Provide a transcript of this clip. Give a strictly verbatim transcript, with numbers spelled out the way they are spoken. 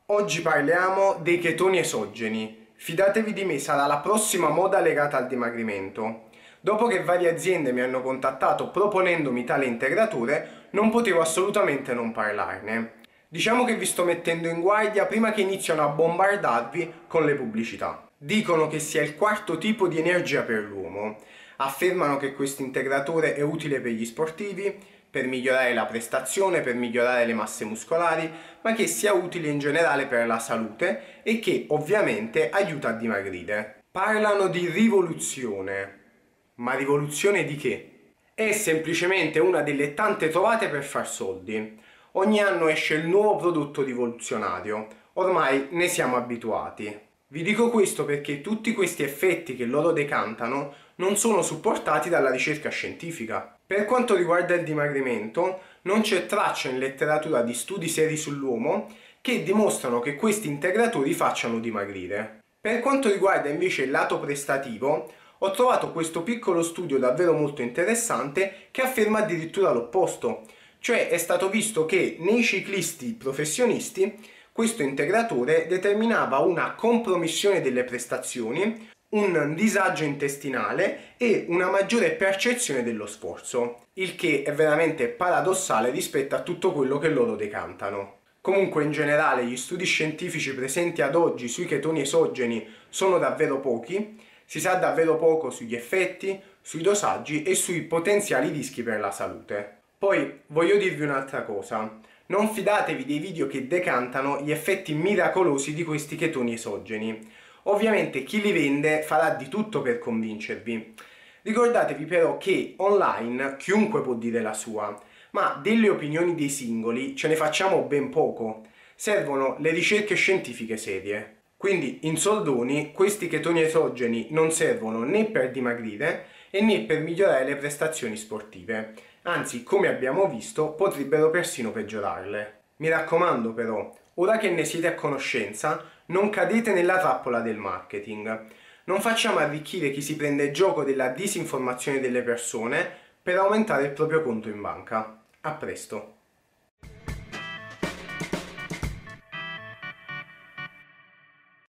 Oggi parliamo dei chetoni esogeni. Fidatevi di me, sarà la prossima moda legata al dimagrimento. Dopo che varie aziende mi hanno contattato proponendomi tale integratore, non potevo assolutamente non parlarne. Diciamo che vi sto mettendo in guardia prima che iniziano a bombardarvi con le pubblicità. Dicono che sia il quarto tipo di energia per l'uomo. Affermano che questo integratore è utile per gli sportivi, per migliorare la prestazione, per migliorare le masse muscolari, ma che sia utile in generale per la salute e che ovviamente aiuta a dimagrire. Parlano di rivoluzione. Ma rivoluzione di che? È semplicemente una delle tante trovate per far soldi. Ogni anno esce il nuovo prodotto rivoluzionario, ormai ne siamo abituati. Vi dico questo perché tutti questi effetti che loro decantano non sono supportati dalla ricerca scientifica. Per quanto riguarda il dimagrimento, non c'è traccia in letteratura di studi seri sull'uomo che dimostrano che questi integratori facciano dimagrire. Per quanto riguarda invece il lato prestativo, ho trovato questo piccolo studio davvero molto interessante che afferma addirittura l'opposto, cioè è stato visto che nei ciclisti professionisti questo integratore determinava una compromissione delle prestazioni, un disagio intestinale e una maggiore percezione dello sforzo, il che è veramente paradossale rispetto a tutto quello che loro decantano. Comunque in generale gli studi scientifici presenti ad oggi sui chetoni esogeni sono davvero pochi, si sa davvero poco sugli effetti, sui dosaggi e sui potenziali rischi per la salute. Poi voglio dirvi un'altra cosa. Non fidatevi dei video che decantano gli effetti miracolosi di questi chetoni esogeni. Ovviamente chi li vende farà di tutto per convincervi. Ricordatevi però che online chiunque può dire la sua, ma delle opinioni dei singoli ce ne facciamo ben poco. Servono le ricerche scientifiche serie. Quindi in soldoni questi chetoni esogeni non servono né per dimagrire e né per migliorare le prestazioni sportive. Anzi, come abbiamo visto, potrebbero persino peggiorarle. Mi raccomando però, ora che ne siete a conoscenza, non cadete nella trappola del marketing. Non facciamo arricchire chi si prende gioco della disinformazione delle persone per aumentare il proprio conto in banca. A presto!